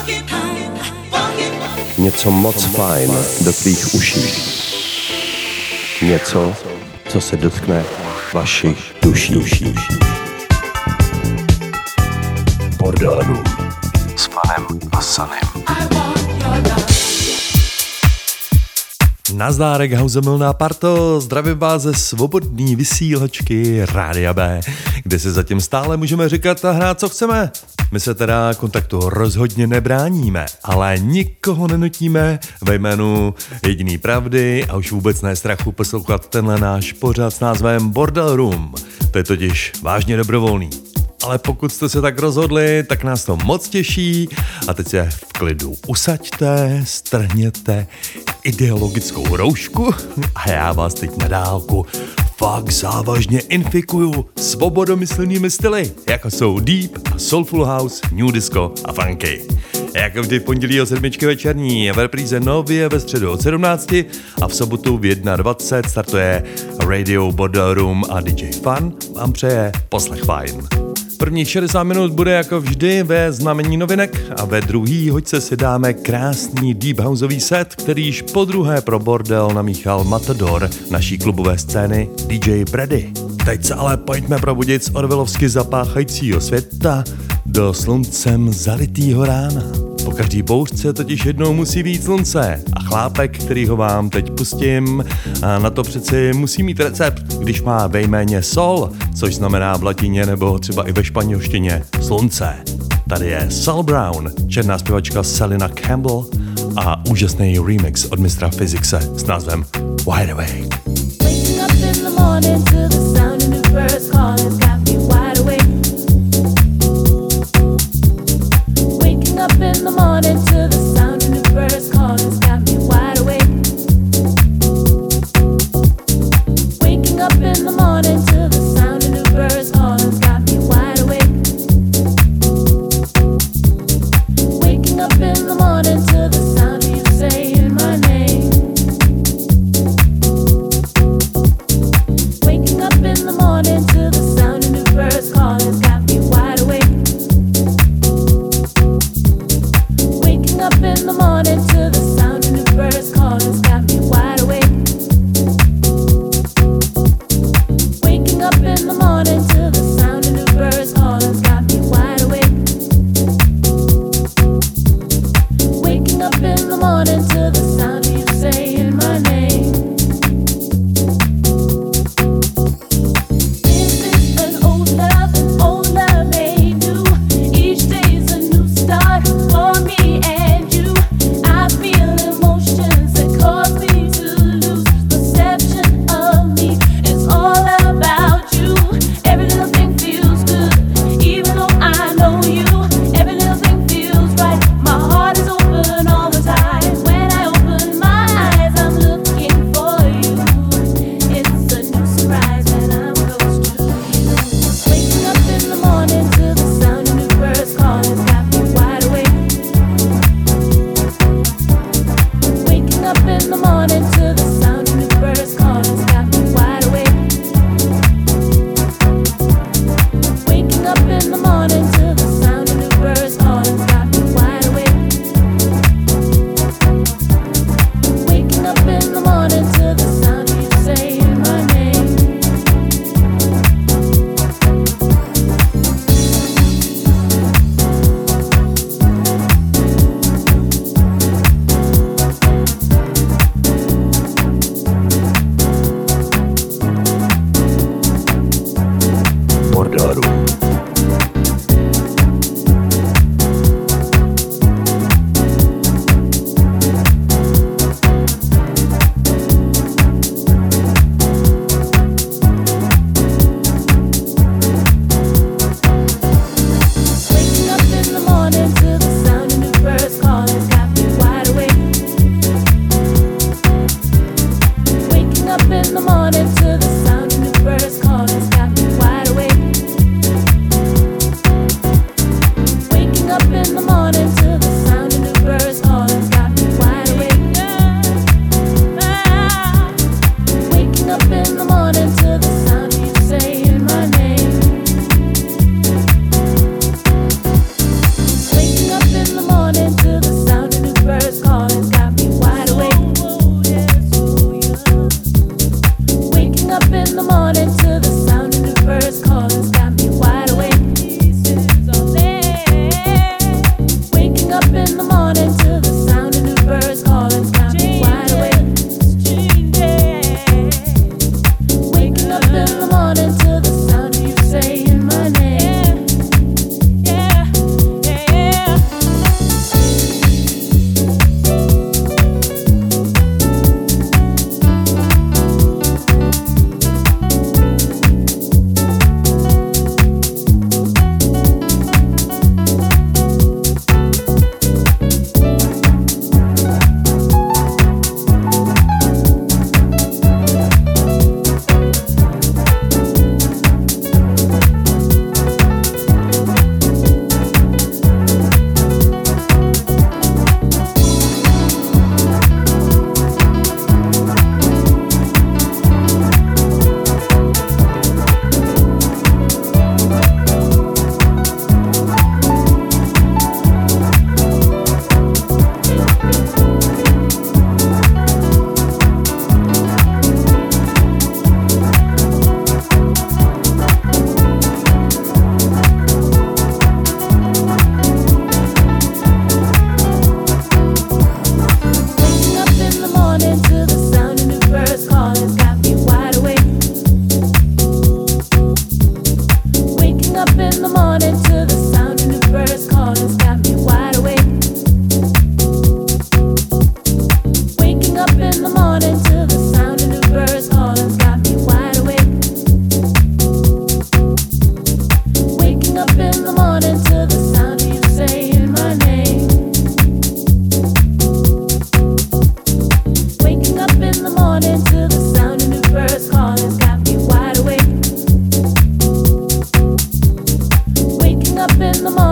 Něco moc fajn do tvých uší. Něco, co se dotkne vašich duší. Bordel Room s Fanem a Sanem. Nazdárek, hauzemilná parto, zdravím vás ze svobodný vysílačky Rádia B, kde se zatím stále můžeme říkat a hrát, co chceme. My se teda kontaktu rozhodně nebráníme, ale nikoho nenutíme ve jménu jediný pravdy a už vůbec ne strachu poslouchat tenhle náš pořad s názvem Bordel Room. To je totiž vážně dobrovolný. Ale pokud jste se tak rozhodli, tak nás to moc těší a teď se v klidu usaďte, strhněte ideologickou roušku a já vás teď na dálku fakt závažně infikuju svobodomyslnými styly, jako jsou Deep a Soulful House, New Disco a Funky. Jako vždy v pondělí o 7 večerní, v repríze nově ve středu od 17 a v sobotu v 21 startuje Radio Bordel Room a DJ Fun vám přeje poslech fajn. Prvních 60 minut bude jako vždy ve znamení novinek a ve druhý hoďce si dáme krásný deep houseový set, který již podruhé pro bordel namíchal Matador naší klubové scény DJ Brady. Teď se ale pojďme probudit z orwellovsky zapáchajícího světa do sluncem zalitýho rána. Po každý bouřce totiž jednou musí být slunce a chlápek, který ho vám teď pustím, a na to přeci musí mít recept, když má ve jméně sol, což znamená v latině nebo třeba i ve španělštině slunce. Tady je Sal Brown, černá zpěvačka Selina Campbell a úžasný remix od mistra Fyzixe s názvem Wide Awake. Waking up in the morning to the sound of the birds calling, got me wide awake. Waking up in the morning to the sound of the birds calling, got me wide awake. Waking up in the morning to the sound of the birds calling, got me wide awake. Waking up in the morning to the sound of you saying my name. Waking up in the morning to the sound of the birds calling, got me wide awake.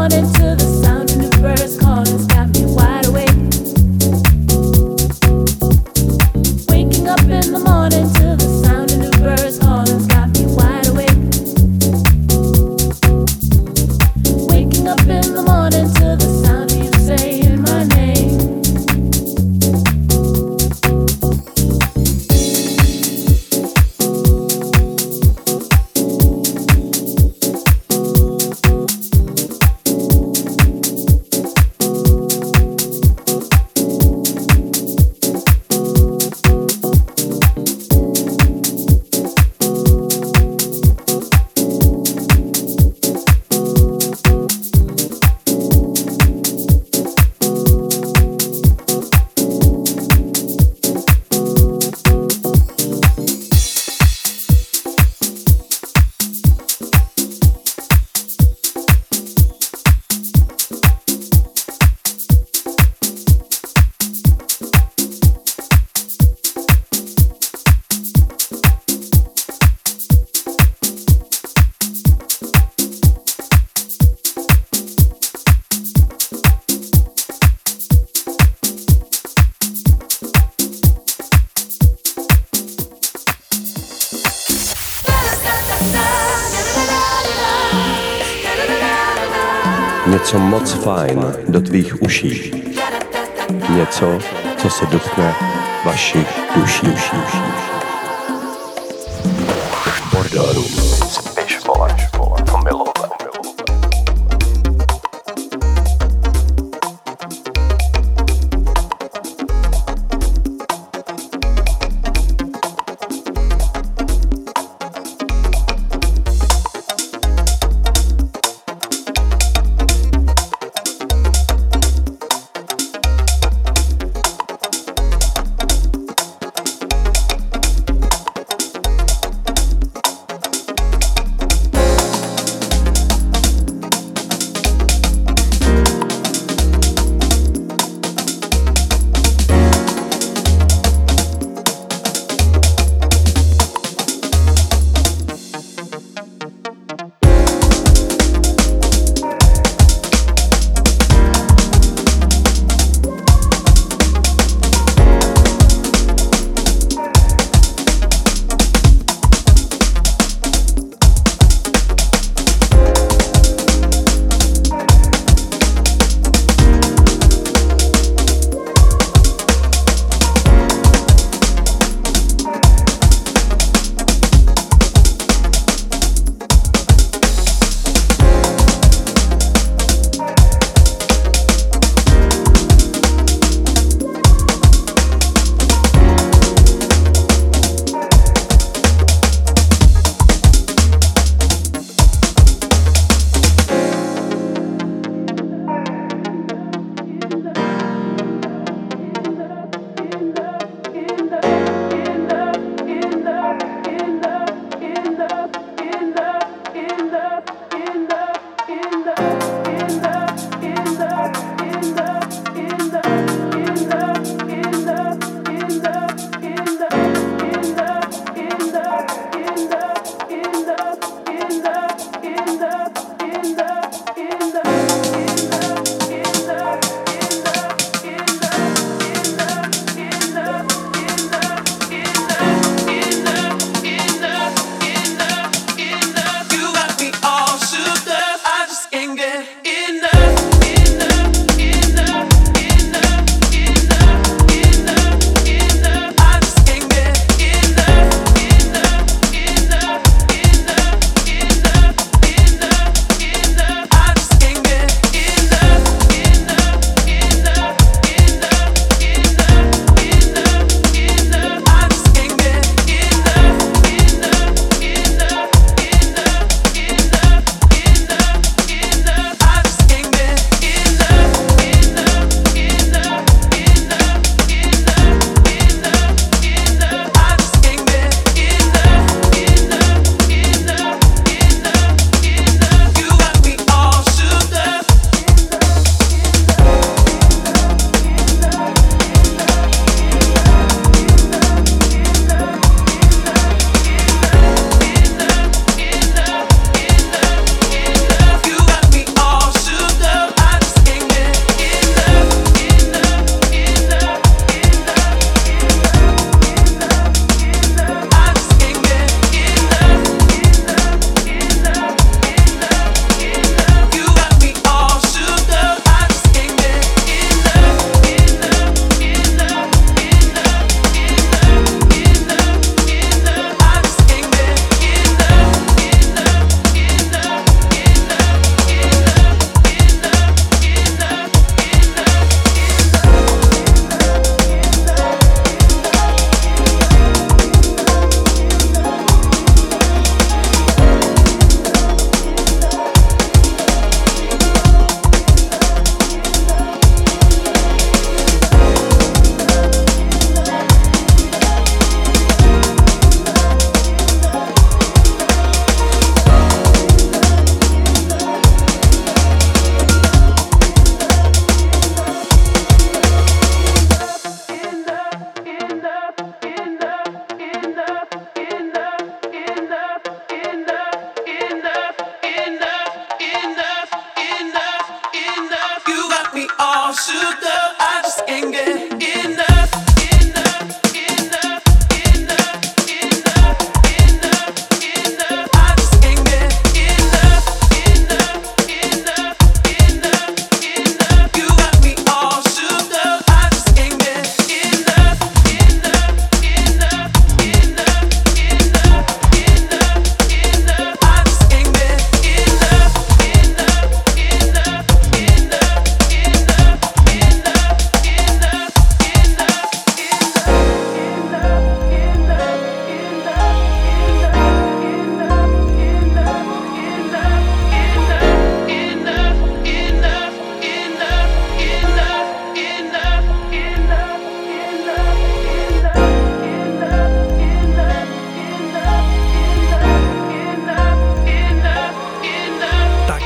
morning to the sound of new birds calling. It's got me wide awake. Waking up in the morning to the sound of new birds calling. It's got me wide awake. Waking up in the morning to the sound of you saying my name. Něco moc fajn do tvých uší. Něco, co se dotkne vašich duší. Bordelů. Spíš vole, to milové.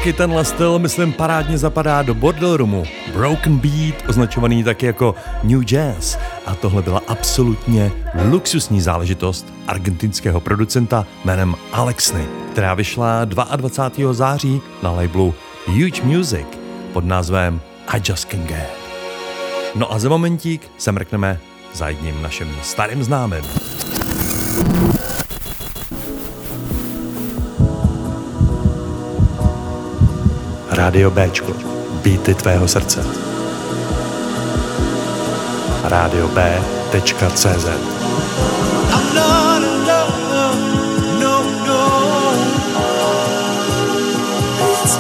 taky tenhle styl, myslím, parádně zapadá do Bordel Roomu. Broken Beat, označovaný taky jako New Jazz. A tohle byla absolutně luxusní záležitost argentinského producenta jménem Alexny, která vyšla 22. září na labelu Huge Music pod názvem I Just Can't Get. No a za momentík se mrkneme za jedním naším starým známým. Rádio Béčko, beaty tvého srdce. Radio B.cz. I'm not alone, no, no. It's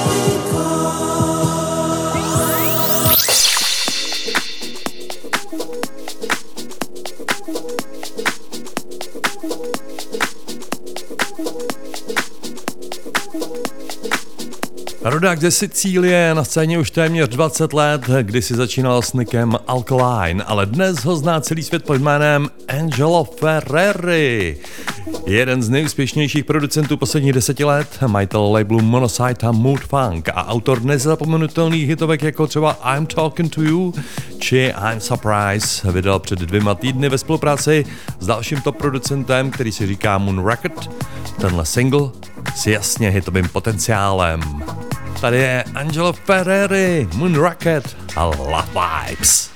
Rodák ze Sicílie, na scéně už téměř 20 let, kdy si začínal s nickem Alkaline, ale dnes ho zná celý svět pod jménem Angelo Ferreri. Jeden z nejúspěšnějších producentů posledních 10 let, majitel labelu Monocyte a Mood Funk a autor nezapomenutelných hitovek jako třeba I'm Talking to You či I'm Surprised, vydal před 2 týdny ve spolupráci s dalším top producentem, který si říká Moon Rocket, tenhle single s jasně hitovým potenciálem. Tady je Angelo Ferreri, Moon Rocket a Love Vibes.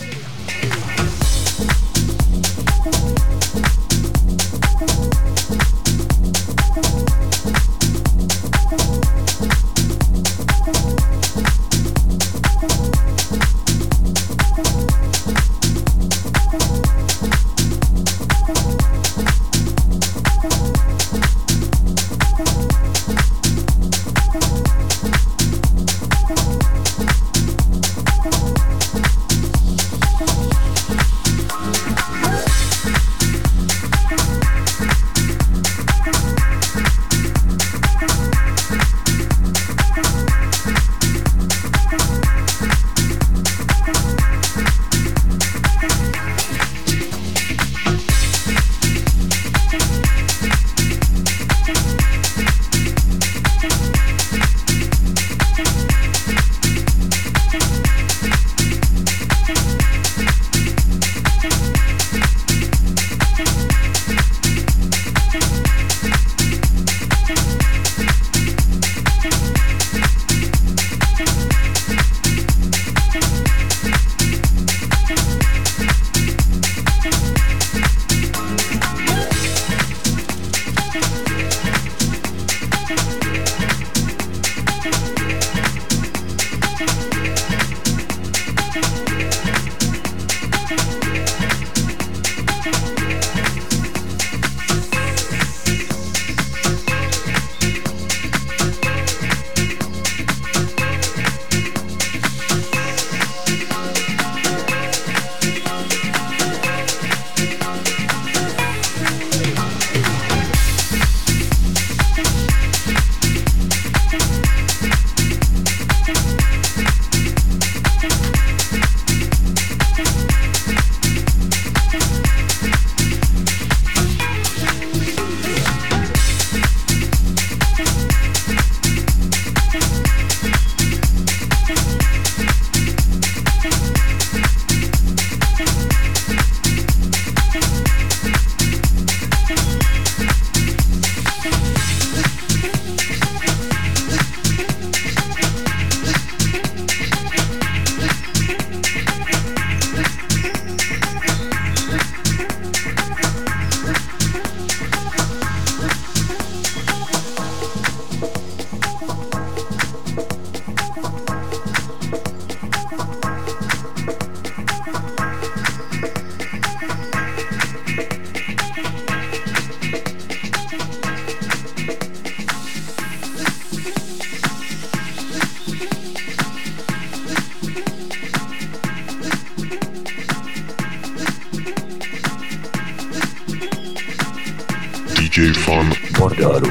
DJ Fun Bordaru.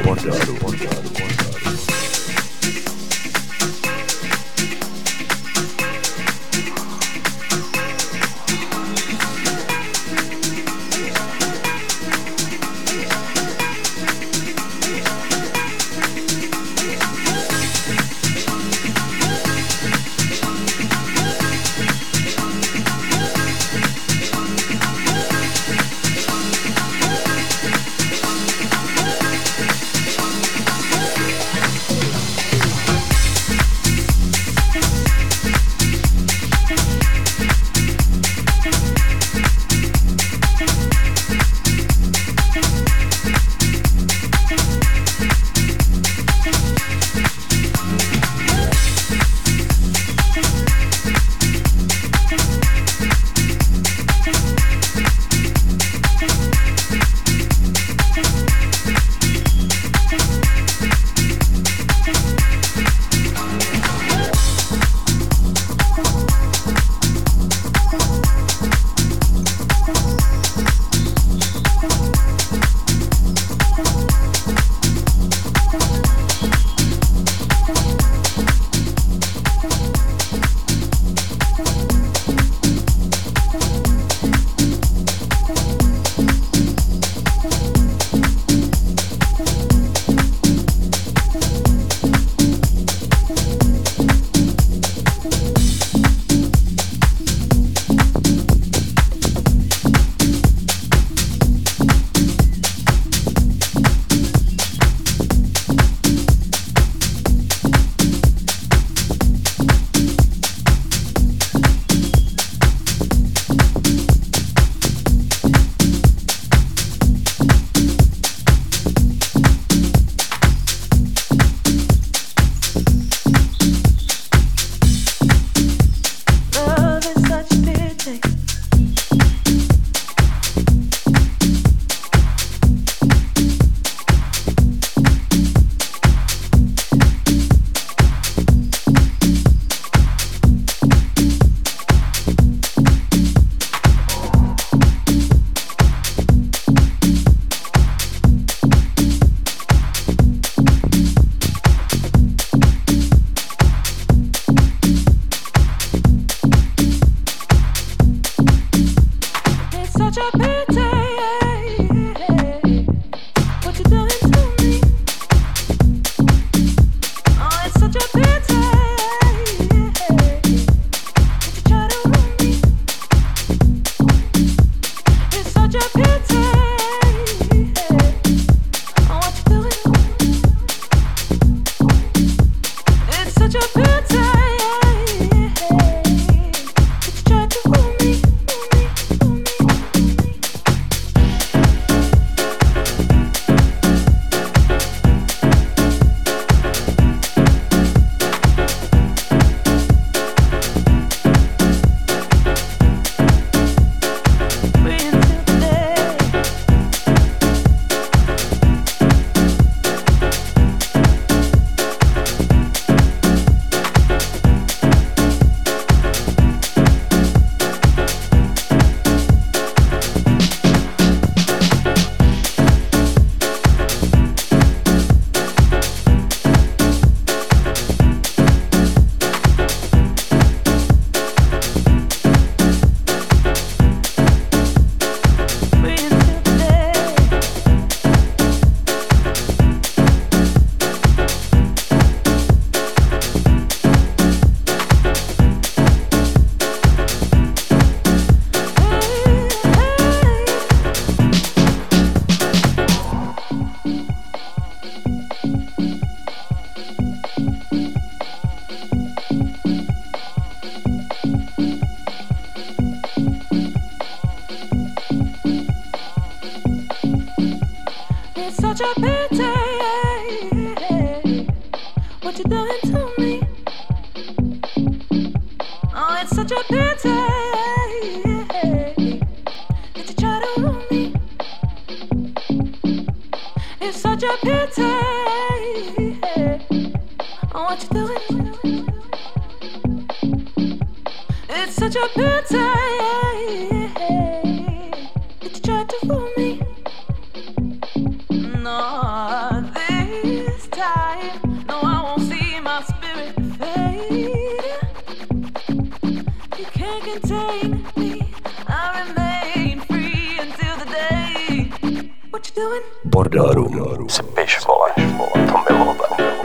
it's such a pity that you try to ruin me. It's such a pity. What you doing? It's such a pity that you tried to fool me. Not this time. No, I won't see my spirit fade. You can't contain me. I remain free until the day. What you doing? Bordelrum. Si piš, vole, to milové.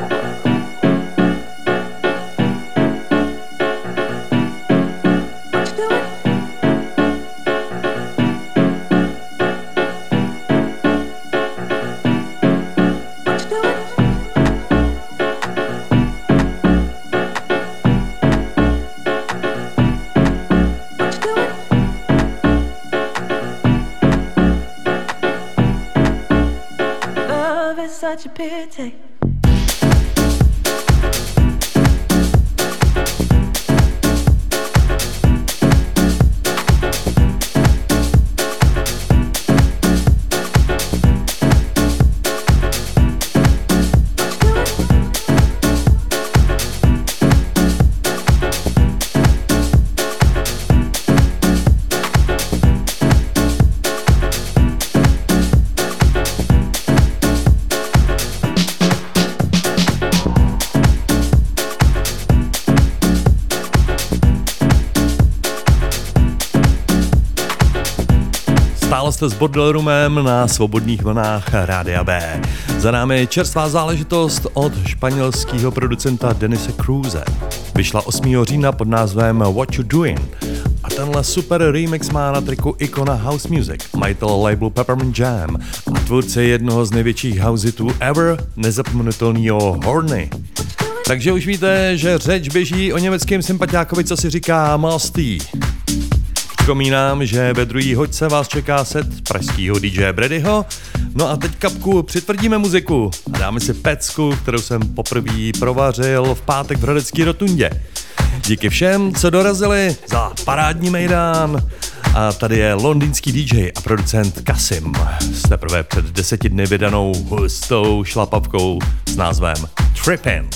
Such a pity. Stále jste s Bordelrumem na svobodných vlnách Rádia B. Za námi čerstvá záležitost od španělského producenta Denise Cruze. Vyšla 8. října pod názvem What You Doing. A tenhle super remix má na triku ikona house music, majitel labelu Peppermint Jam a tvůrce jednoho z největších house hitů ever, nezapomenutelného Horny. Takže už víte, že řeč běží o německém sympatiákovi, co si říká Mastý. Připomínám, že ve druhý hoďce vás čeká set pražskýho DJ Bradyho. No a teď kapku přitvrdíme muziku a dáme si pecku, kterou jsem poprvé provařil v pátek v Hradecký rotundě. Díky všem, co dorazili za parádní mejdán. A tady je londýnský DJ a producent Kasim s teprve před 10 dny vydanou hustou šlapavkou s názvem Trippin'.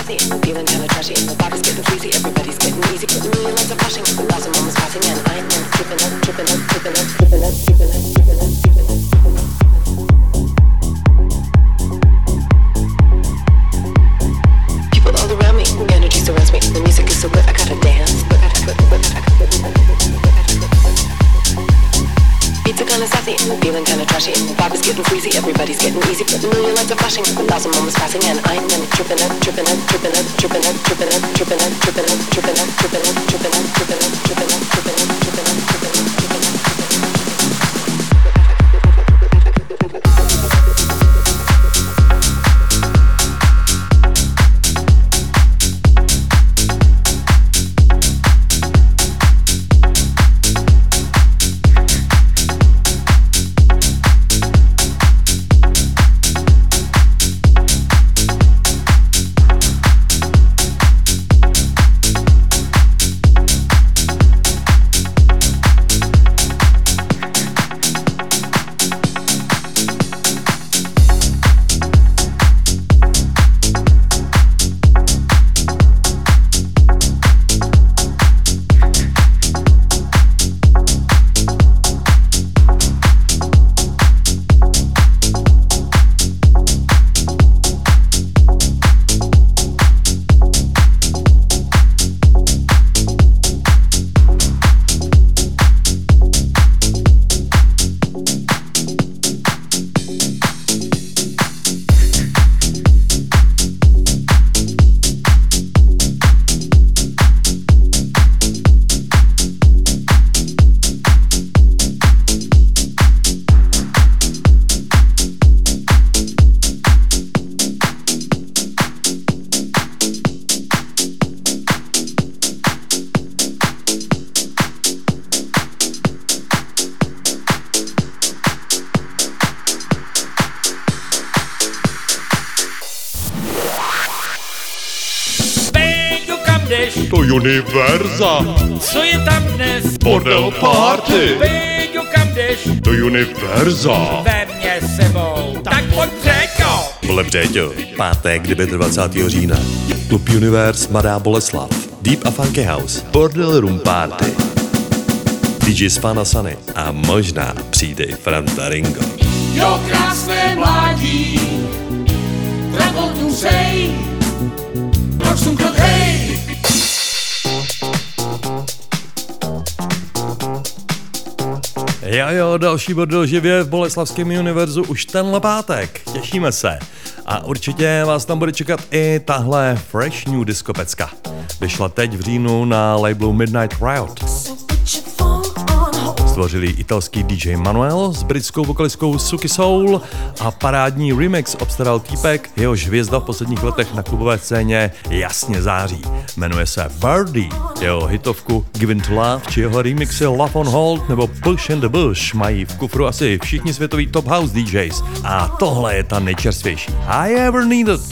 sassy, feeling kinda trashy. The vibe is getting freezy, everybody's getting easy. Put a million lights are flashing, 1,000 moments passing, and I'm tripping up, tripping up, tripping up, tripping up, tripping up, tripping up, tripping up. People all around me, energy surrounds me. The music is so good, I gotta dance. Beats are kinda sassy, feeling kinda trashy. The vibe is getting freezy, everybody's getting easy. Put a million lights are flashing, 1,000 moments passing, and I'm tripping up, tripping up, tripping up, tripping up, tripping up, tripping up, tripping up, tripping up, tripping up, tripping up, tripping up, tripping up, tripping up, tripping up, tripping up. To Univerza. Co je tam dnes? Bordel party. Péďo, kam jdeš? To Univerza. Ve mě sebou. Tak pojď Břeťo. Vole Břeťo, pátek 29. října. Klub Universe Mladá Boleslav. Deep a Funky House. Bordel Room Party. DJ Spana Sunny a možná přijde i Franta Ringo. Jo, krásné mládí, Travoltu sej, proč tu krok hej. Jo, další bordel živě v Boleslavském univerzu už tenhle pátek. Těšíme se. A určitě vás tam bude čekat i tahle fresh new diskopecka. Vyšla teď v říjnu na labelu Midnight Riot. Stvořili italský DJ Manuel s britskou vokalistkou Suki Soul a parádní remix obstaral týpek, jehož hvězda v posledních letech na klubové scéně jasně září. Jmenuje se Birdie. Jeho hitovku Given to Love či jeho remixy Love on Hold nebo Push in the Bush mají v kufru asi všichni světoví top house DJs. A tohle je ta nejčerstvější. I Ever Needed.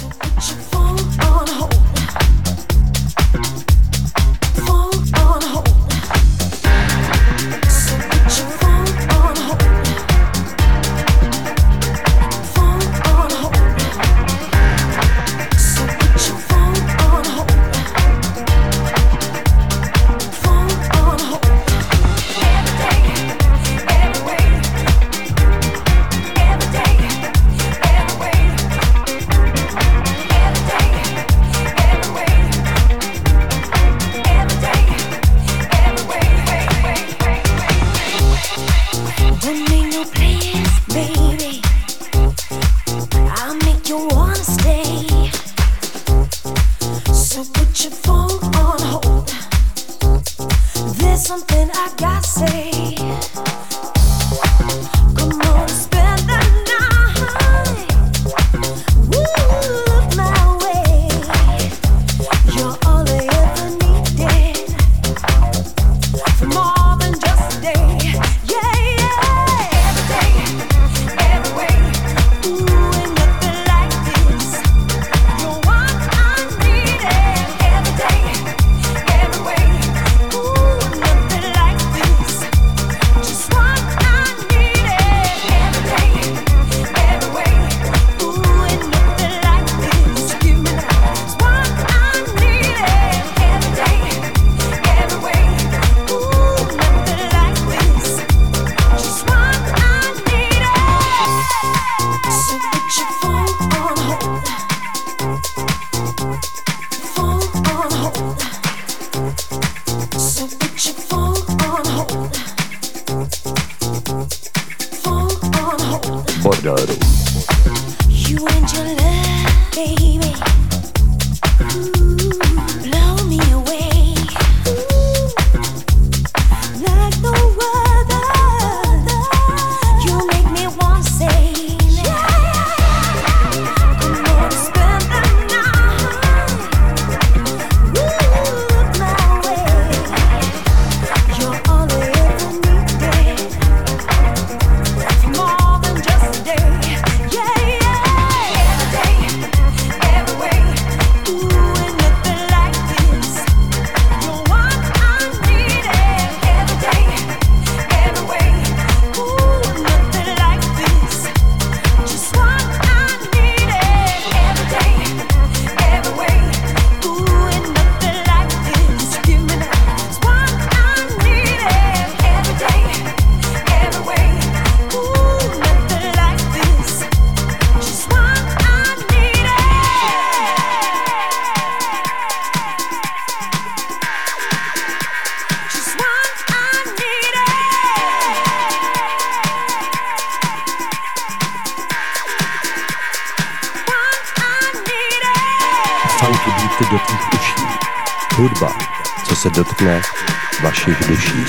Funky beaty do tvých uší. Hudba, co se dotkne vašich duší.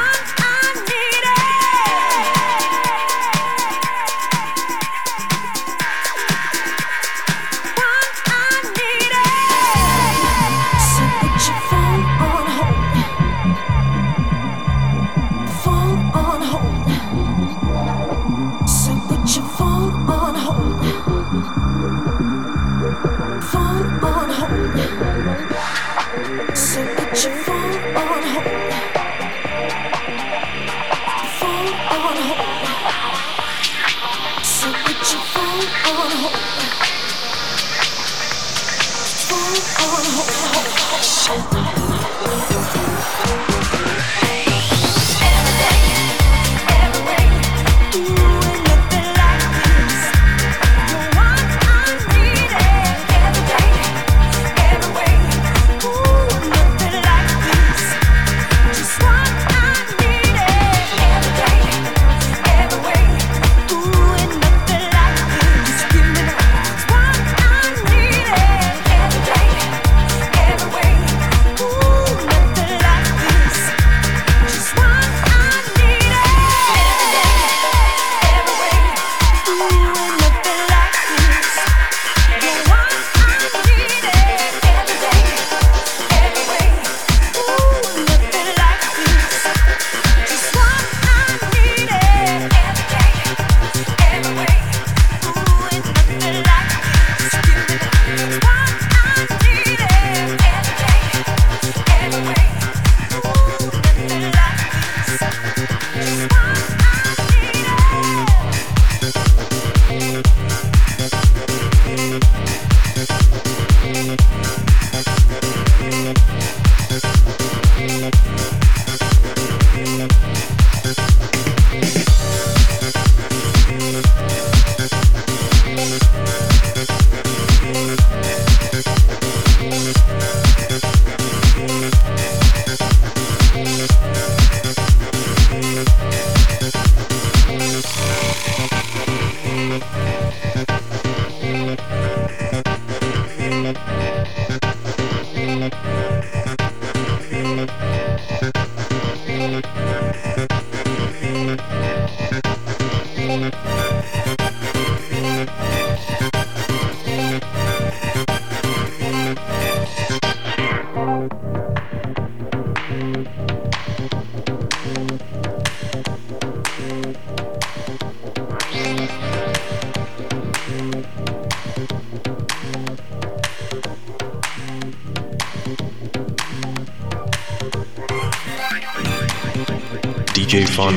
DJ Fun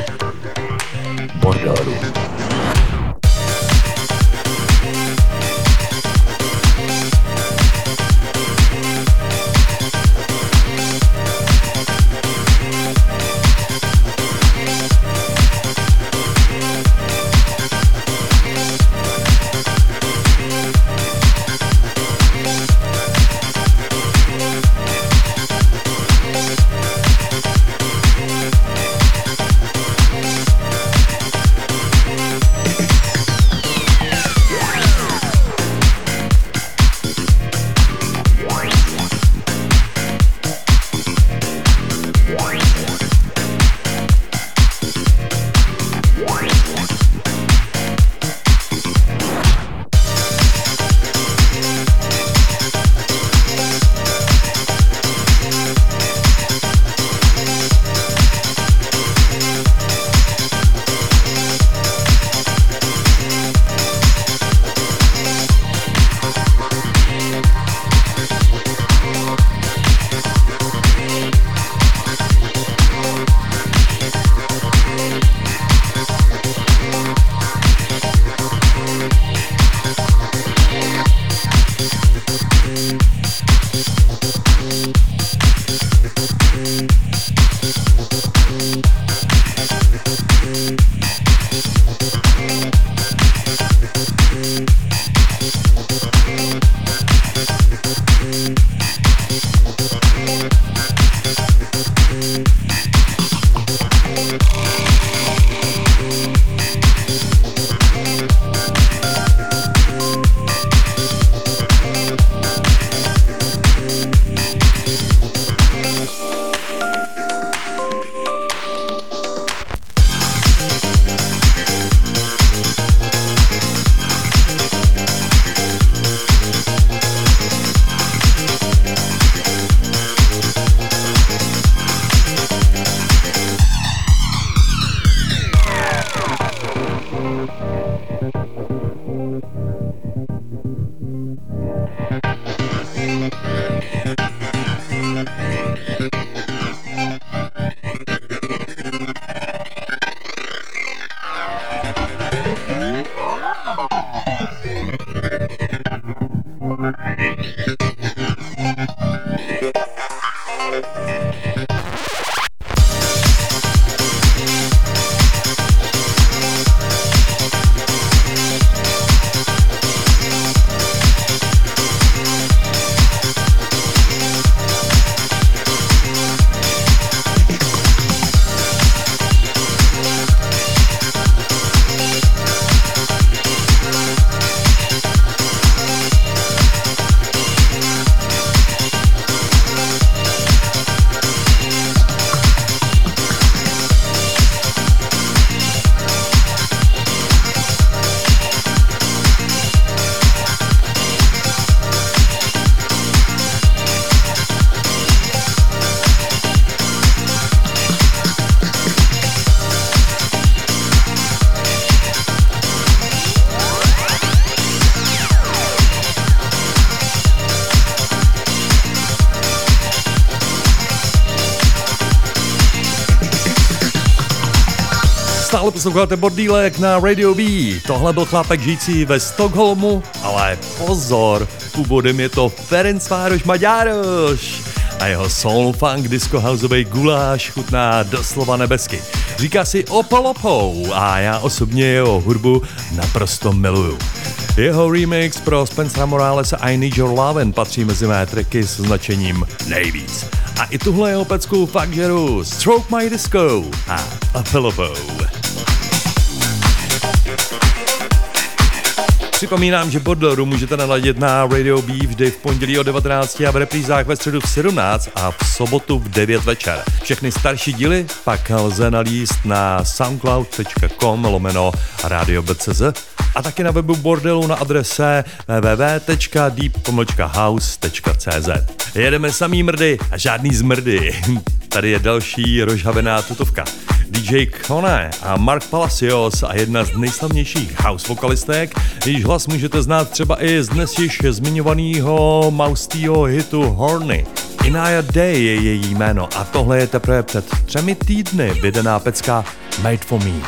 Borderu. Stále posloucháte Bordílek na Radio B. Tohle byl chlápek žijící ve Stockholmu, ale pozor, původem je to Ferencváros Maďáros a jeho soul funk disco houseový guláš chutná doslova nebesky. Říká si Opolopou a já osobně jeho hudbu naprosto miluju. Jeho remix pro Spencera Moralesa I Need Your Lovin' patří mezi mé tracky s označením nejvíc. A i tuhle jeho pecku fakt žeru Stroke My Disco a Opolopou. Připomínám, že Borderu můžete naladit na Radio B vždy v pondělí o 19 a v reprízách ve středu v 17 a v sobotu v 9 večer. Všechny starší díly pak lze nalíst na soundcloud.com/radio.cz a taky na webu Bordelu na adrese www.deep-house.cz. Jedeme samý mrdy a žádný zmrdy. Tady je další rozhavená tutovka. DJ Kone a Mark Palacios a jedna z nejslavnějších house vokalistek, jejíž hlas můžete znát třeba i z dnes již zmiňovaného Maustýho hitu Horny. Inaya Day je její jméno a tohle je teprve před 3 týdny vydaná pecka Made for Me.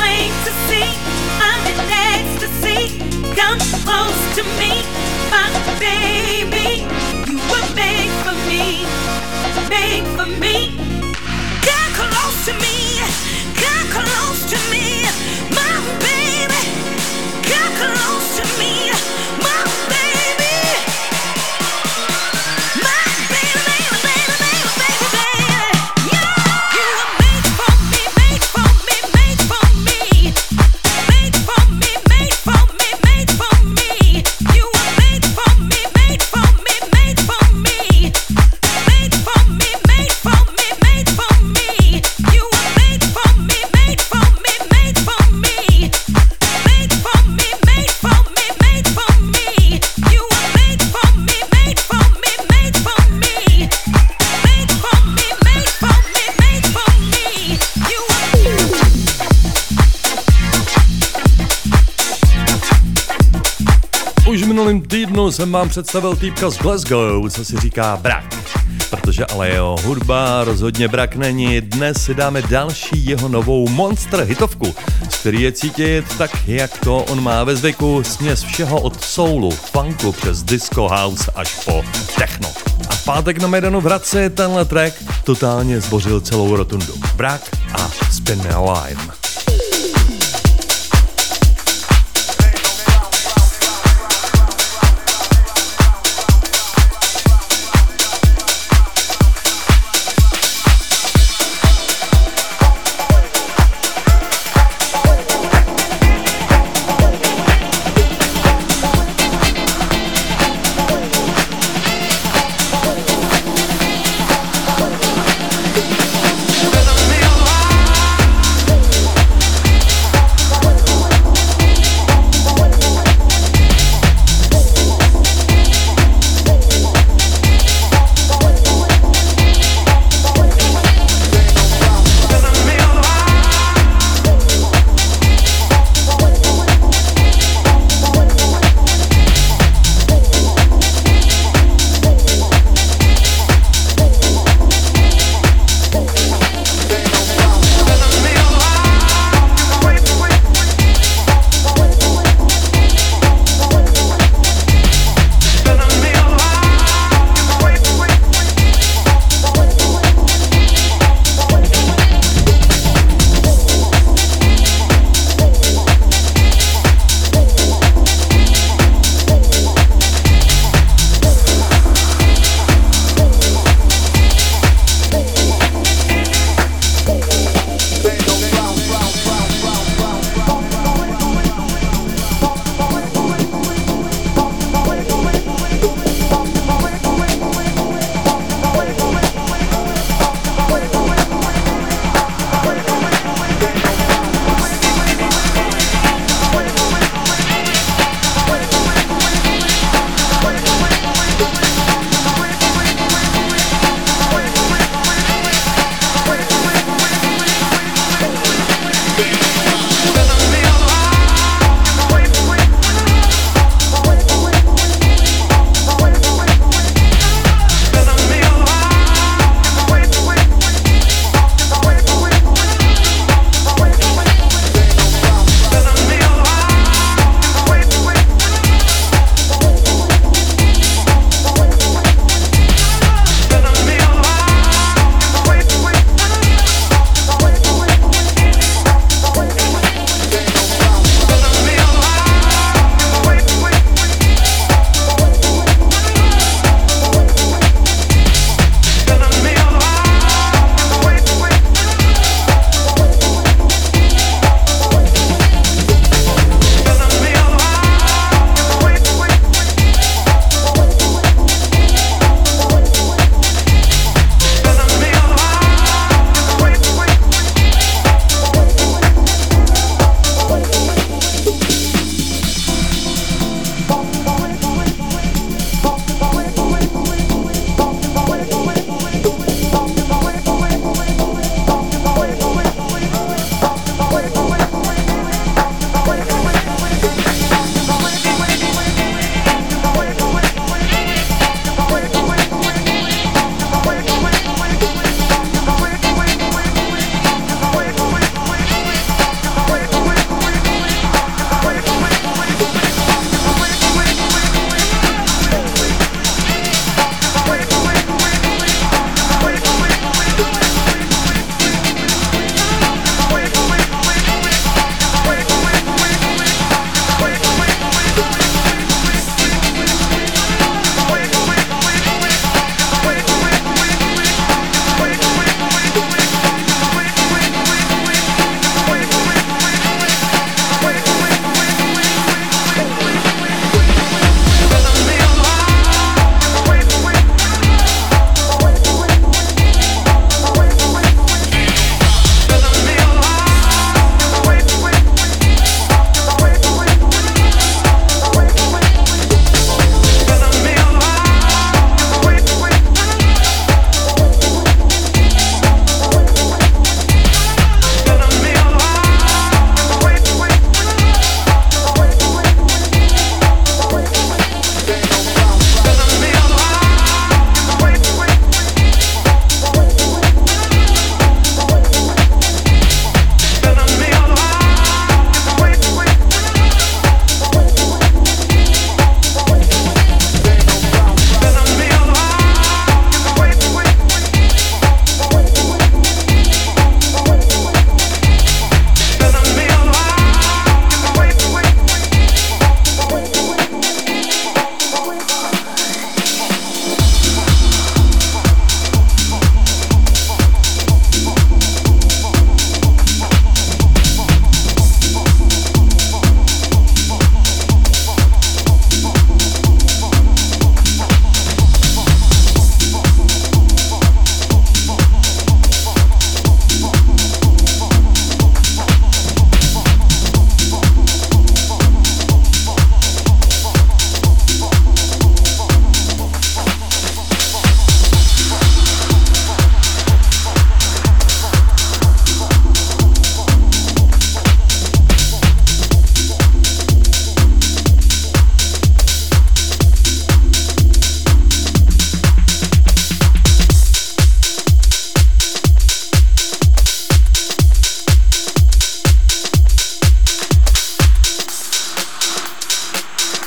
Come close to me, my baby, you were made for me, made for me. Come close to me, come close to me, my baby. Come close to me, my baby. My baby, baby, baby, baby, baby, baby. Yeah. You were made for me, made for me, made for me. Made for me, made for me, made for me. You were made for me, made for me, made for me. Made for me, made for me, made for me. You were made for me, made for me, made for me. Made for me, made for me, made for me. You were made for me, made for me, made for me. Made for me, made for me, made for me. You were. Už v minulým týdnu jsem vám představil týpka z Glasgow, co si říká brak. Protože ale jeho hudba rozhodně brak není. Dnes si dáme další jeho novou monster hitovku, z který je cítit tak, jak to on má ve zvyku, směs všeho od soulu, funku přes disco house až po techno. A v pátek na Maidanu v Hradci tenhle track totálně zbořil celou rotundu. Brak a Spin Me Alive. Spin me alive.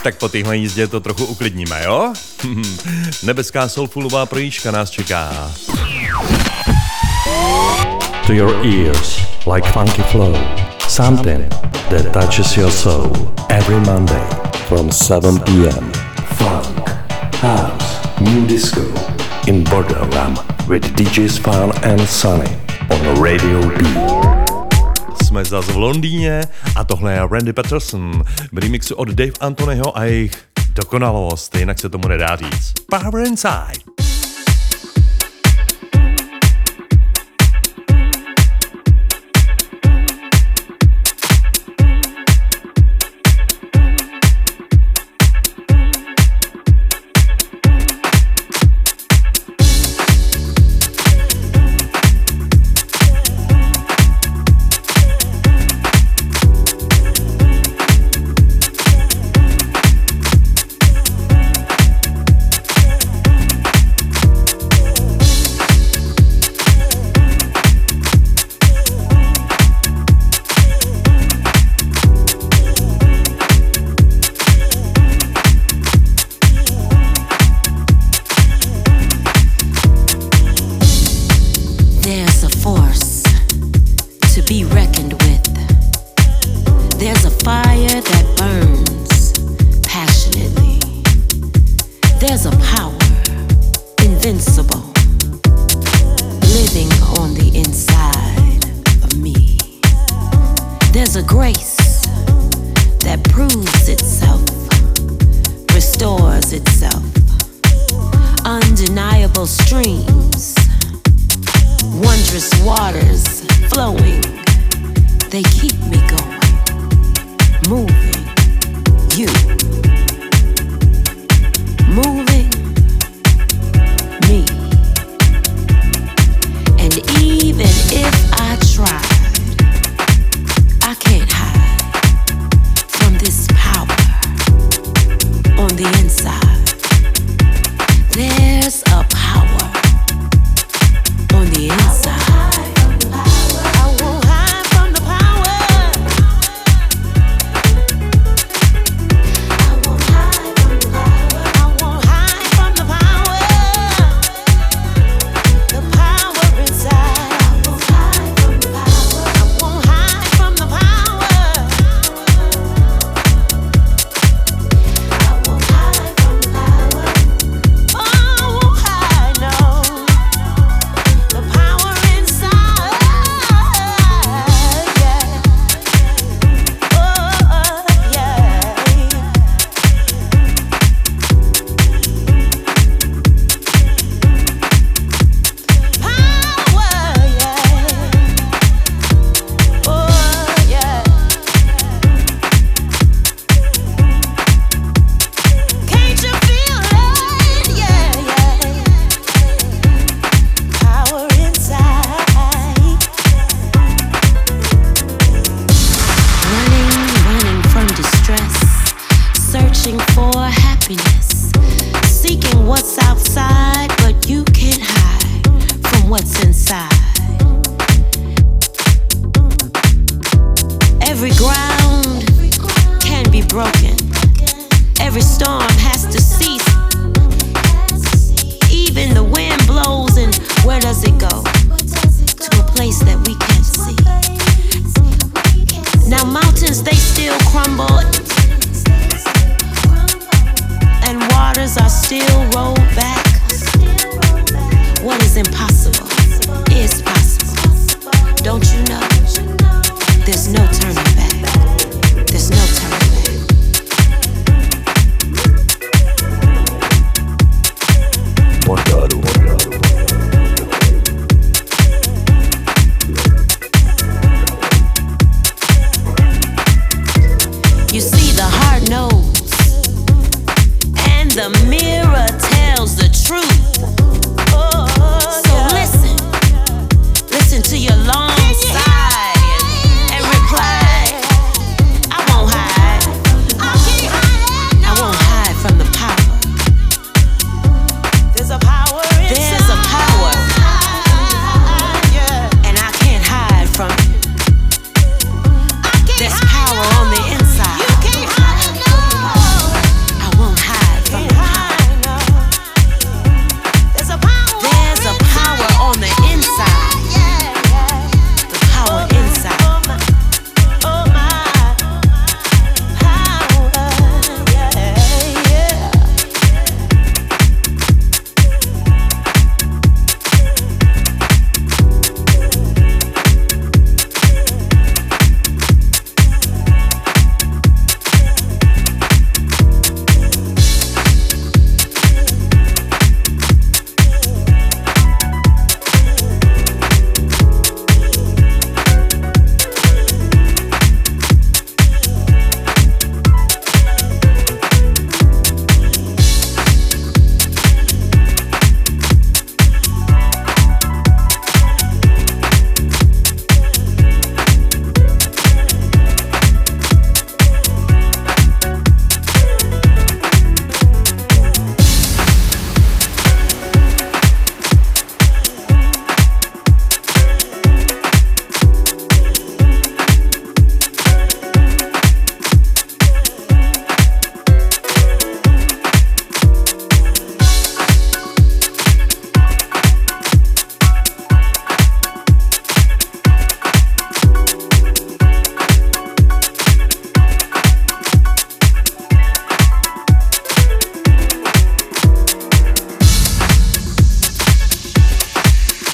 Tak po téhle jízdě to trochu uklidníme, jo? Nebeská soulfulová projížďka nás čeká. To your ears, like funky flow. Something that touches your soul. Every Monday from 7 p.m. Funk, house, new disco. In Borderland with DJs Fun and Sunny on Radio B. Jsme zase v Londýně a tohle je Randy Patterson v remixu od Dave Anthonyho a jejich dokonalost, jinak se tomu nedá říct. Power Inside.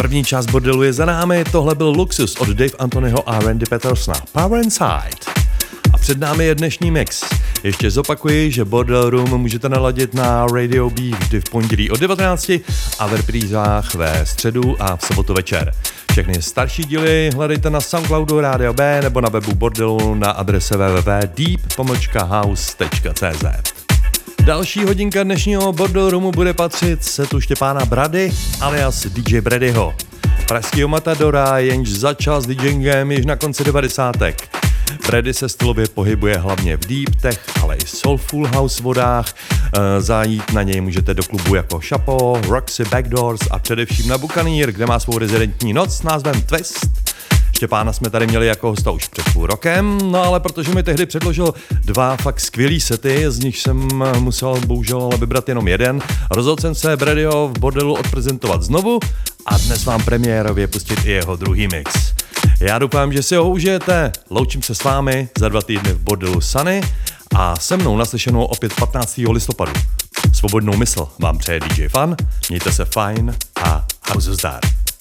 První část bordelu je za námi, tohle byl Luxus od Dave Anthonyho a Randy Petersona, Power Inside. A před námi je dnešní mix. Ještě zopakuji, že Bordel Room můžete naladit na Radio B vždy v pondělí od 19 a v reprízách ve středu a v sobotu večer. Všechny starší díly hledejte na Soundcloudu Radio B nebo na webu Bordelu na adrese www.deep-house.cz. Další hodinka dnešního Bordel Roomu bude patřit setu Štěpána Brady alias DJ Bradyho. Pražskýho matadora, jenž začal s DJingem již na konci 90. Brady se stylově pohybuje hlavně v deep tech, ale i soulful house vodách. Zajít na něj můžete do klubu jako Chapo, Roxy, Backdoors a především na Buccaneer, kde má svou rezidentní noc s názvem Twist. Štěpána jsme tady měli jako hosta už před půl rokem, no ale protože mi tehdy předložil dva fakt skvělý sety, z nich jsem musel bohužel ale vybrat jenom jeden, rozhodl jsem se Bradyho v Bordelu odprezentovat znovu a dnes vám premiérově pustit i jeho druhý mix. Já doufám, že si ho užijete, loučím se s vámi za 2 týdny v Bordelu Sunny a se mnou naslyšenou opět 15. listopadu. Svobodnou mysl vám přeje DJ Fun, mějte se fajn a hauzu zdar.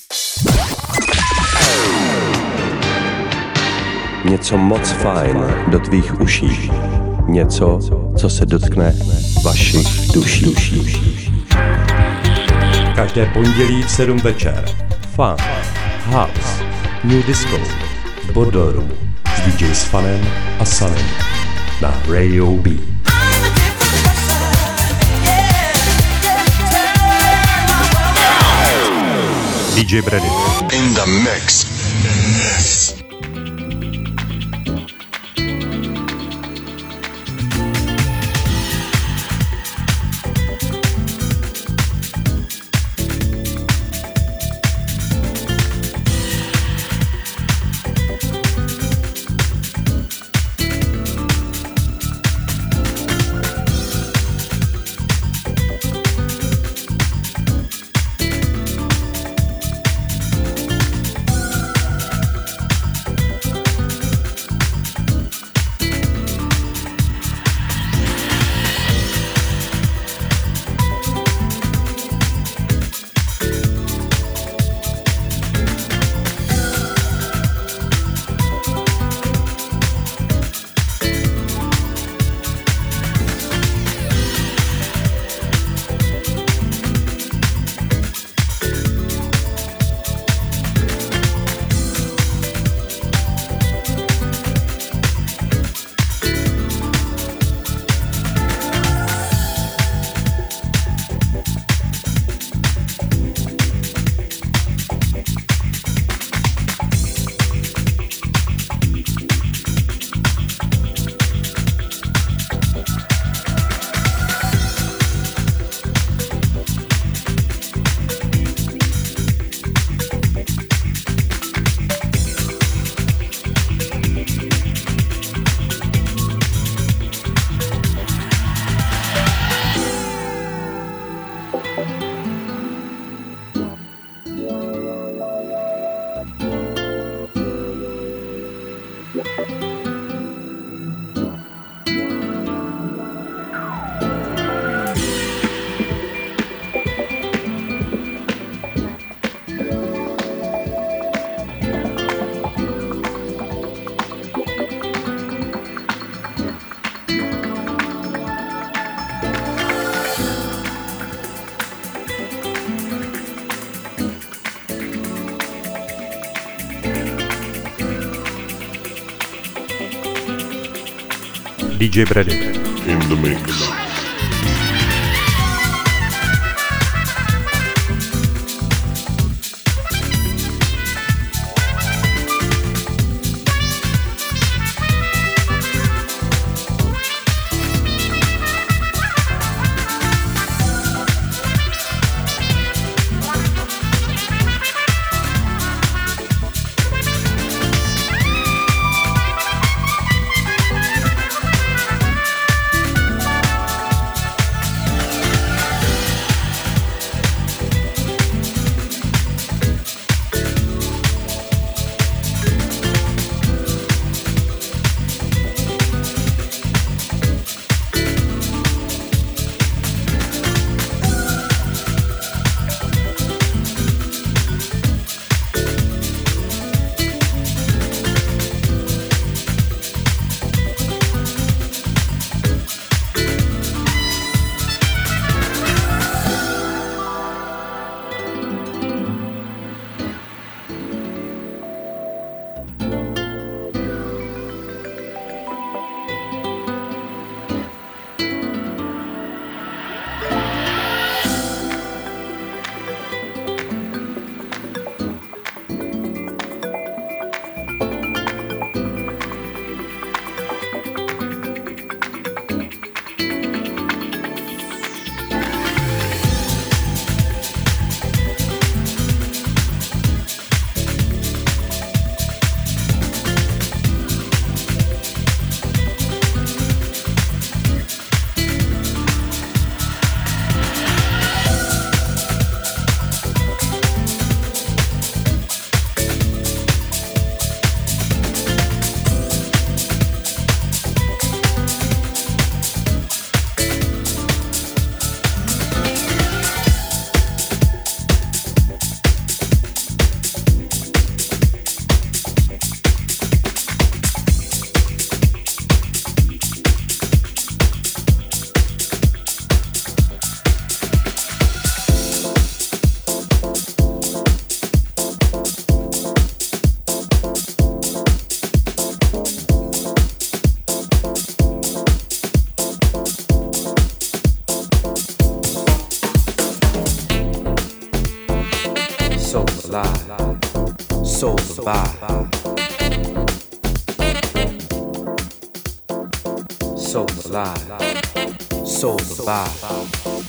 Něco moc fajn do tvých uší. Něco, co se dotkne vašich duší. Každé pondělí v 7 večer. Fun, house, new disco, Bordel Room s DJ Funem a Sunnem na Radio B. DJ Brady. In the mix. DJ Brady. In the mix. alive, souls survive. Souls alive, souls survive.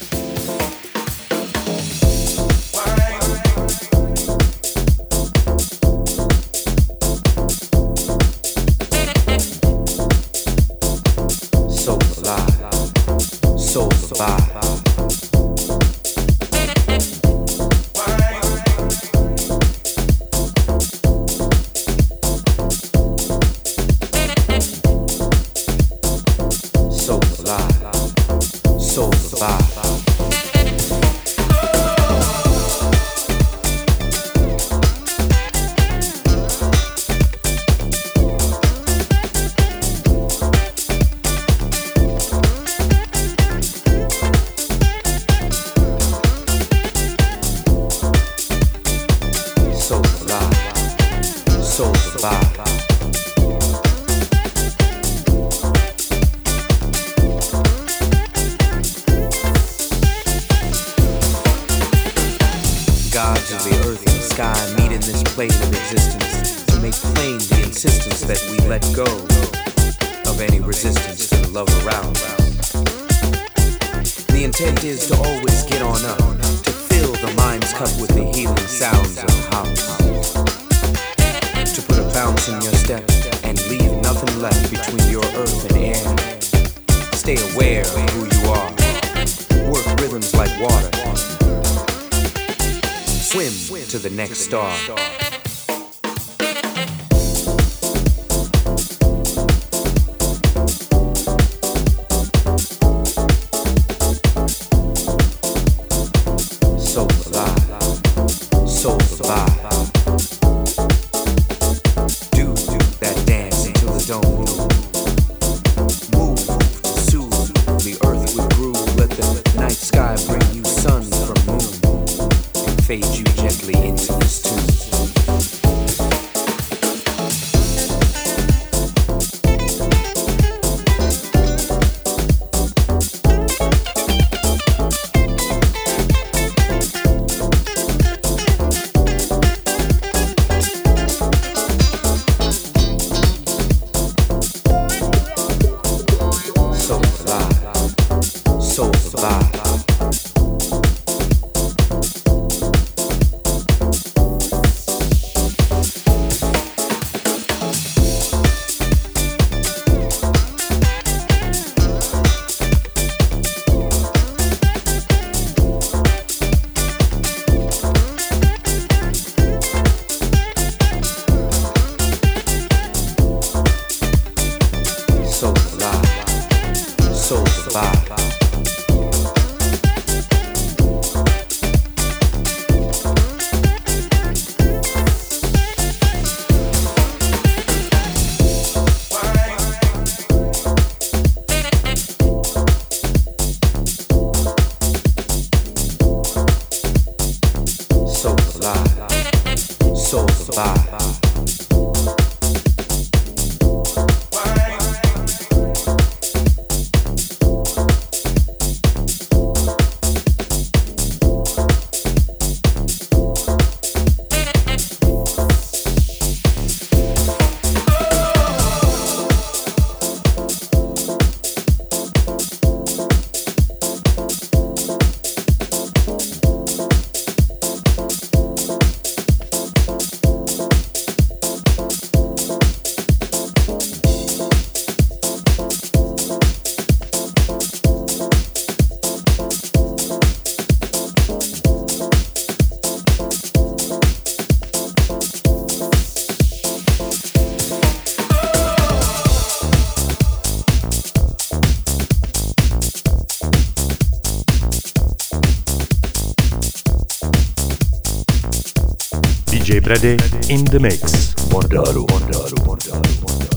DJ Brady in the mix. Bordaru, bordaru, bordaru, bordaru.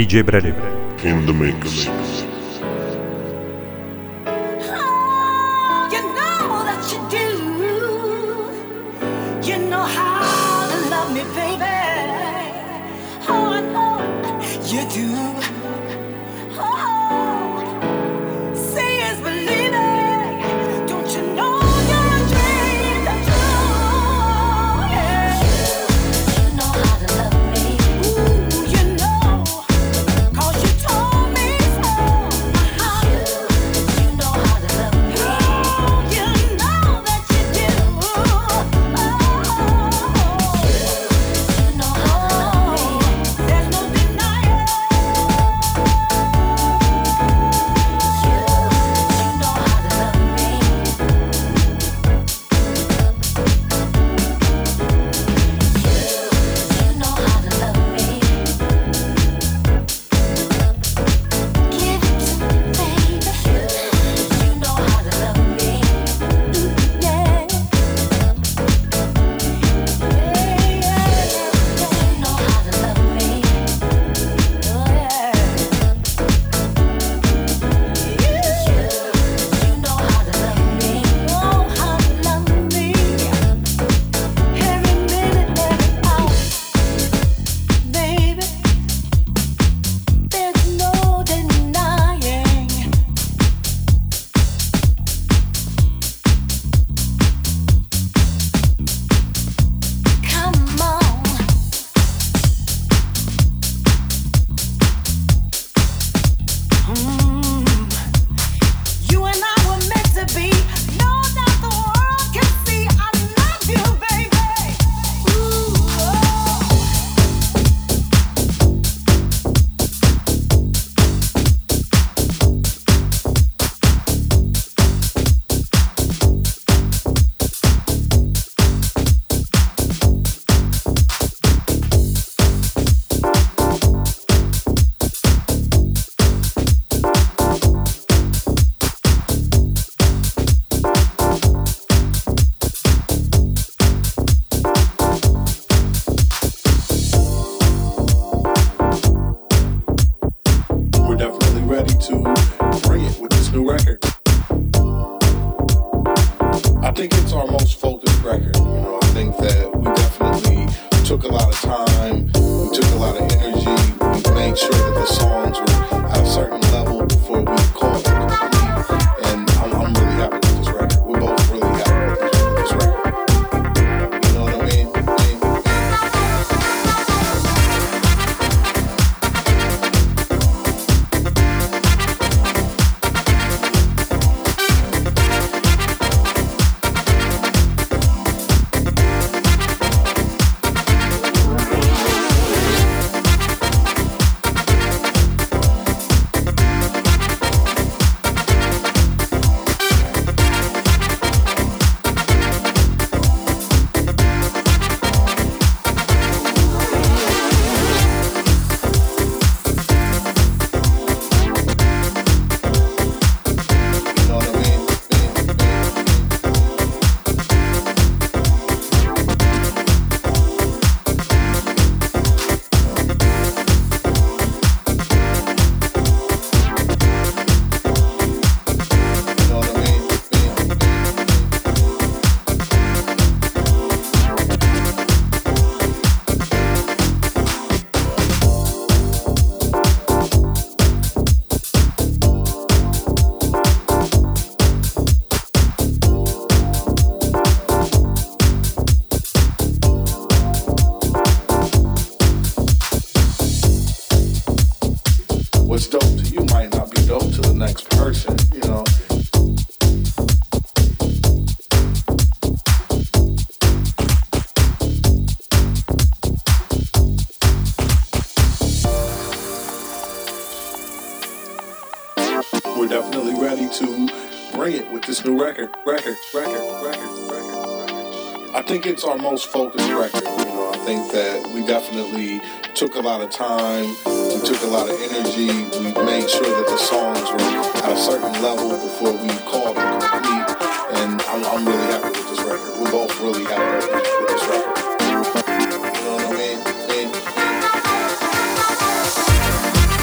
DJ Brady. In the mix. I think it's our most focused record. I think that we definitely took a lot of time, we took a lot of energy, we made sure that the songs were at a certain level before we called them complete, and I'm really happy with this record. We're both really happy with this record. You know what I mean?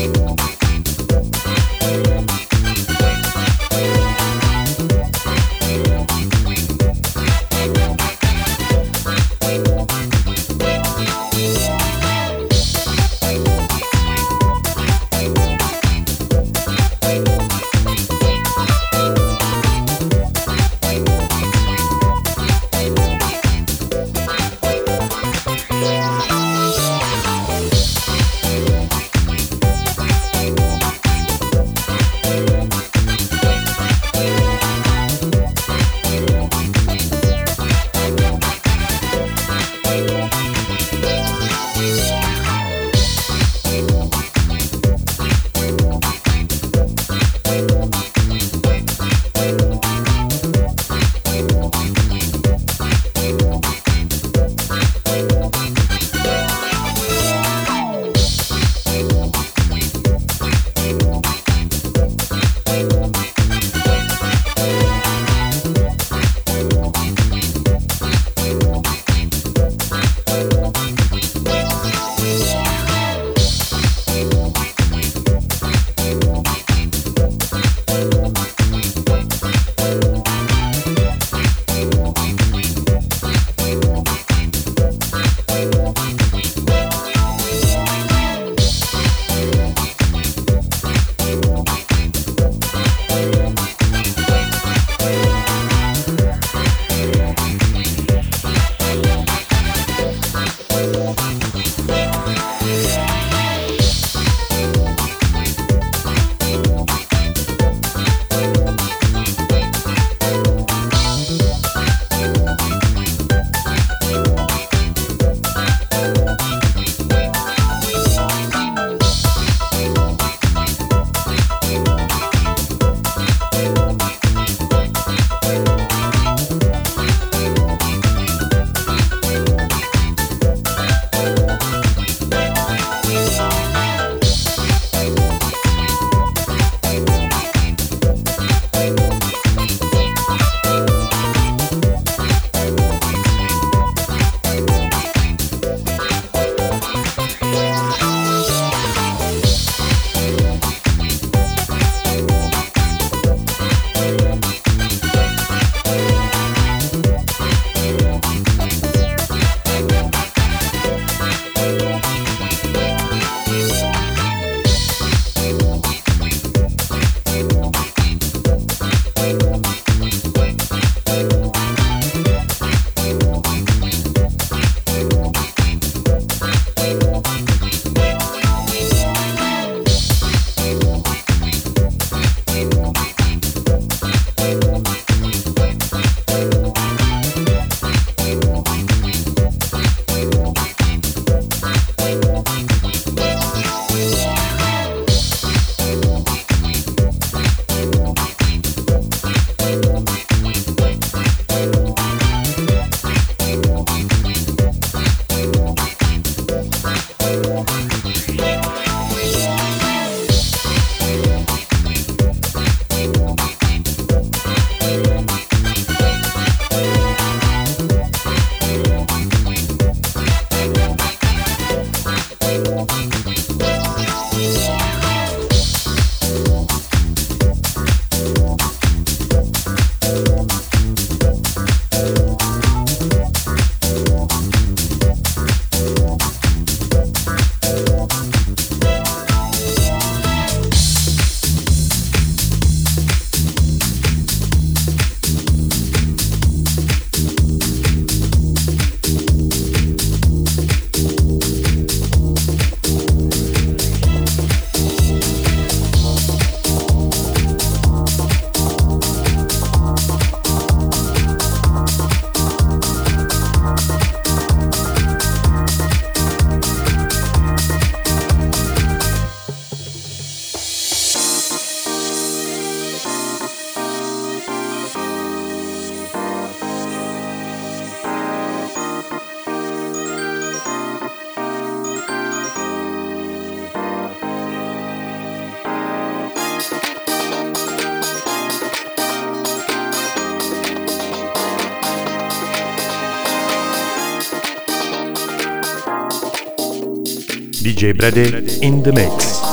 DJ Brady in the mix.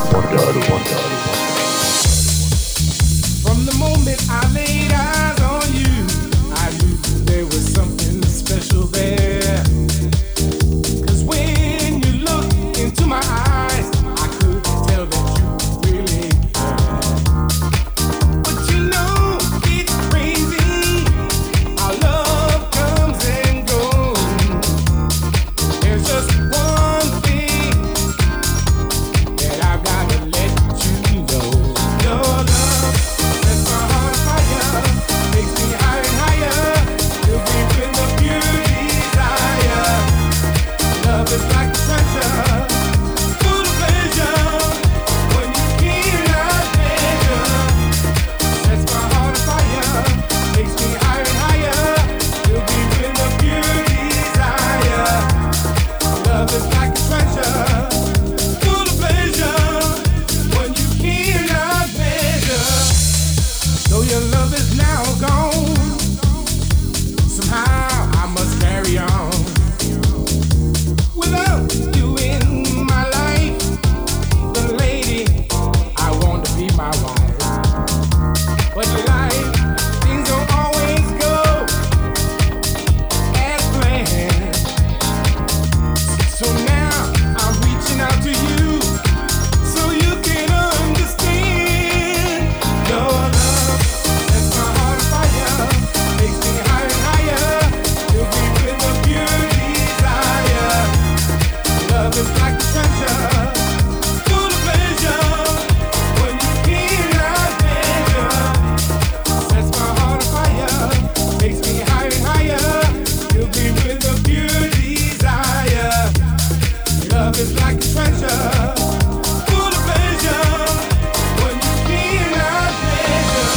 From the moment I laid eyes on you, I knew there was something special there. 'Cause when you look into my eyes, I could tell that you really care. But you know it's crazy, our love comes and goes. There's just one thing that I've gotta let you know. Your love sets my heart fire, makes me higher and higher, till we win the pure desire. Love is like a treasure, full of pleasure, when you cannot measure. Sets my heart fire, makes me higher and higher, till we win the pure desire. Love is like a treasure, full of pleasure, when you cannot measure. Though your love is now gone, somehow I must carry on. Without you in my life, the lady, I want to be my wife. But life, things don't always go as planned. So now I'm reaching out to you, so you can understand. Your love sets my heart on fire, makes me higher and higher, till we win the pure desire. Love is like a treasure, full of pleasure, when you cannot measure. Sets my heart on fire, makes me higher and higher, till we win the pure desire. Love is like a treasure, full of pleasure, when you cannot measure.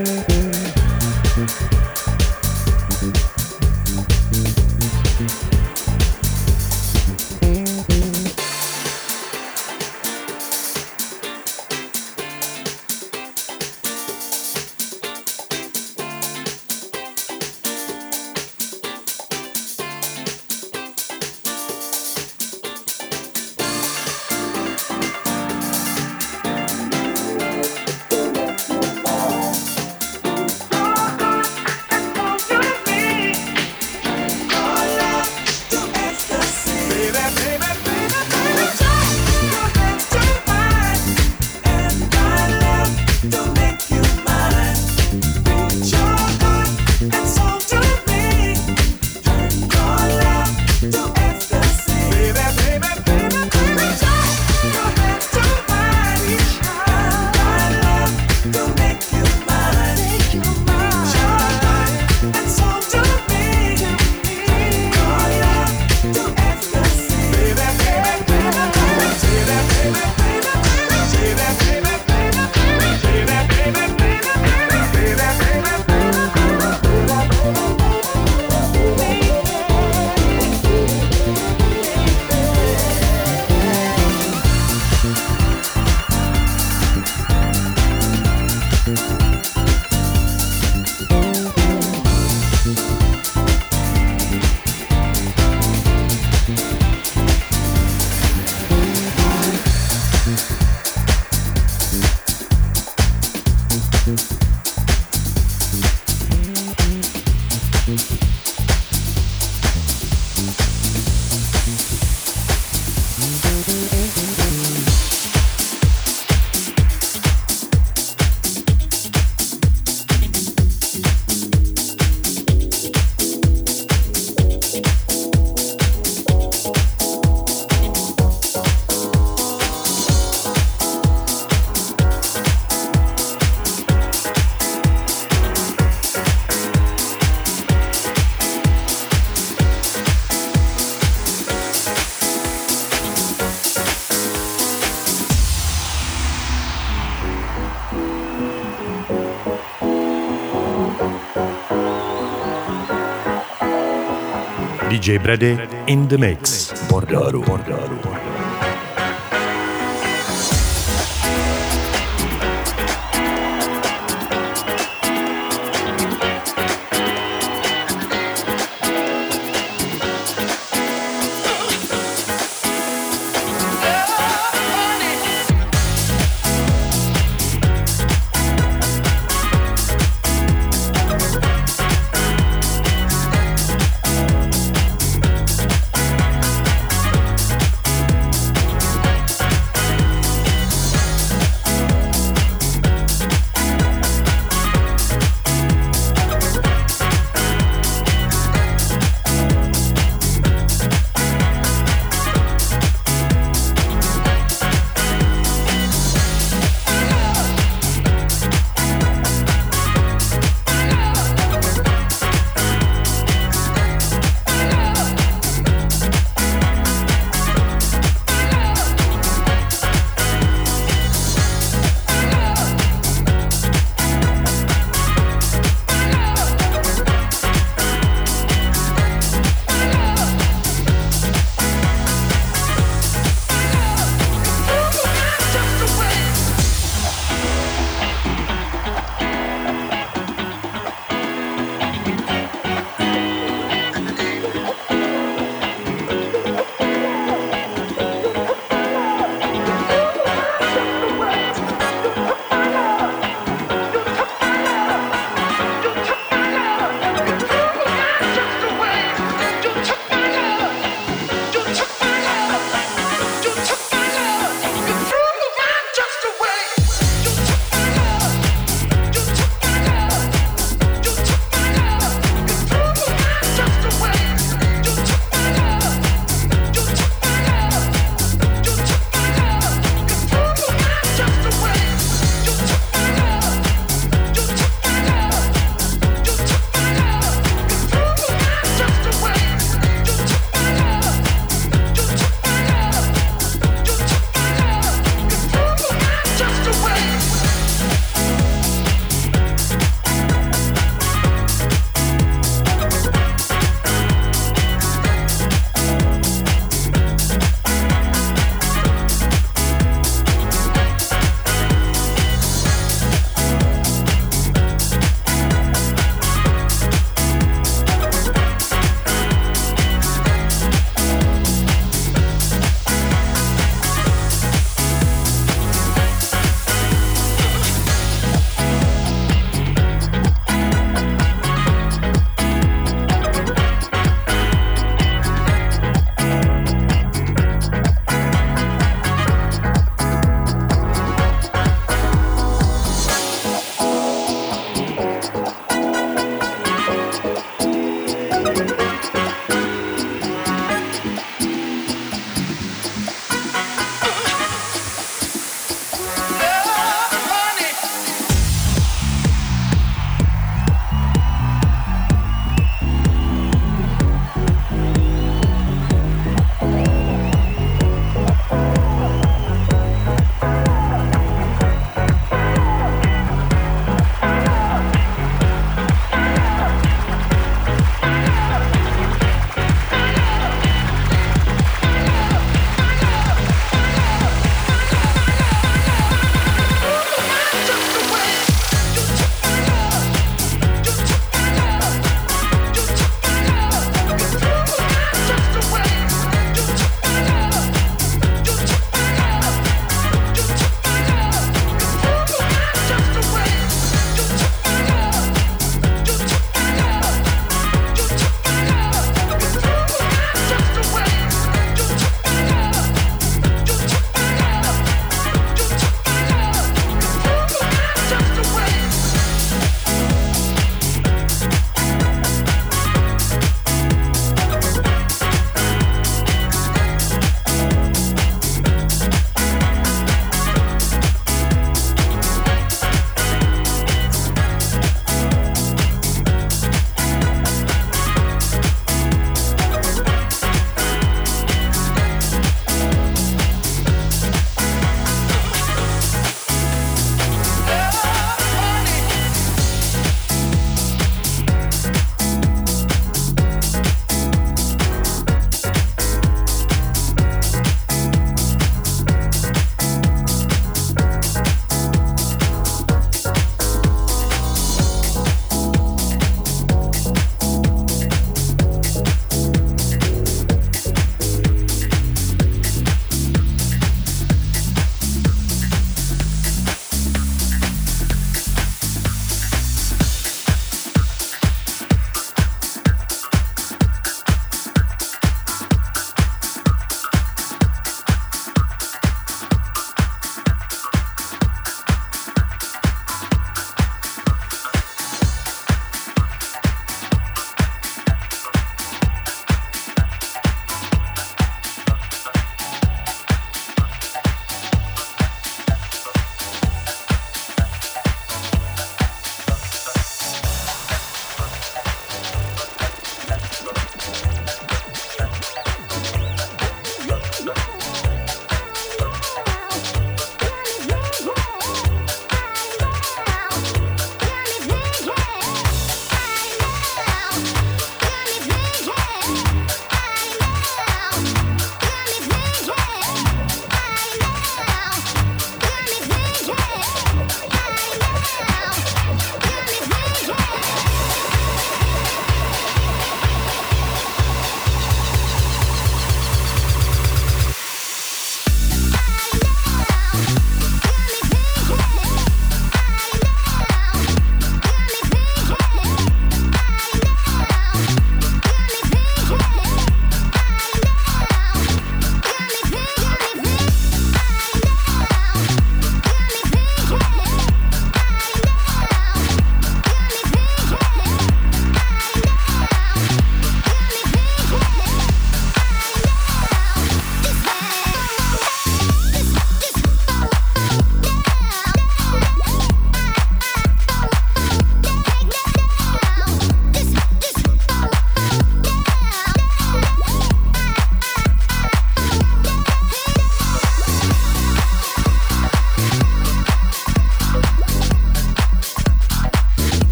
DJ Brady in the mix. Bordaru.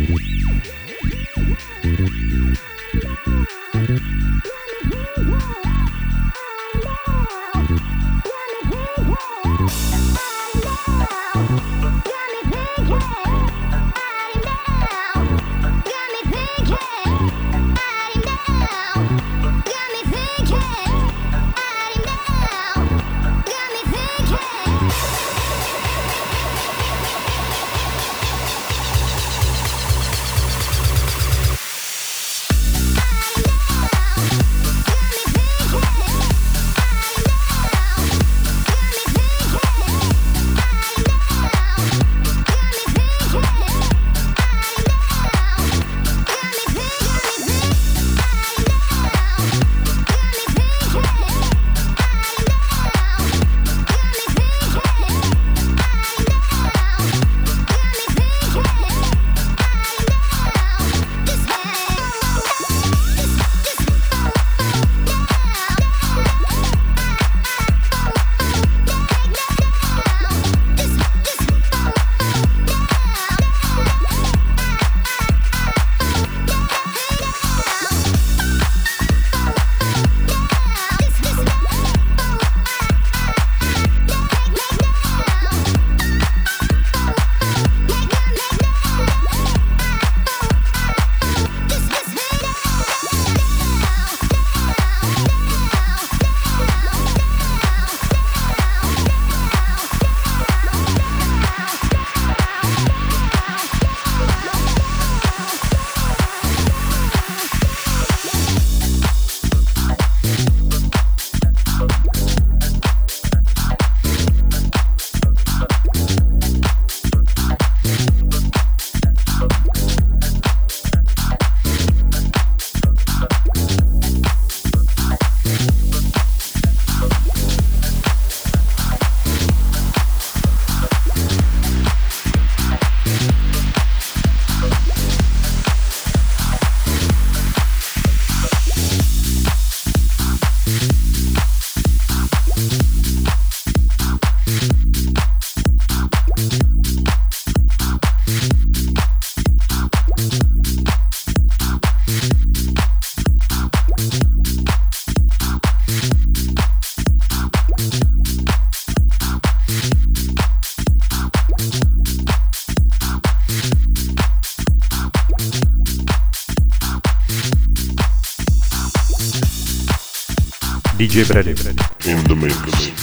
DJ Brady. In the mix.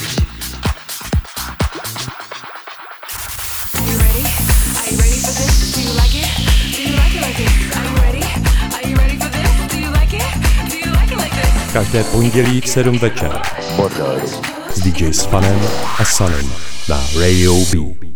Každé pondělí v 7 večer s DJ Spanem a Sunem na Radio B.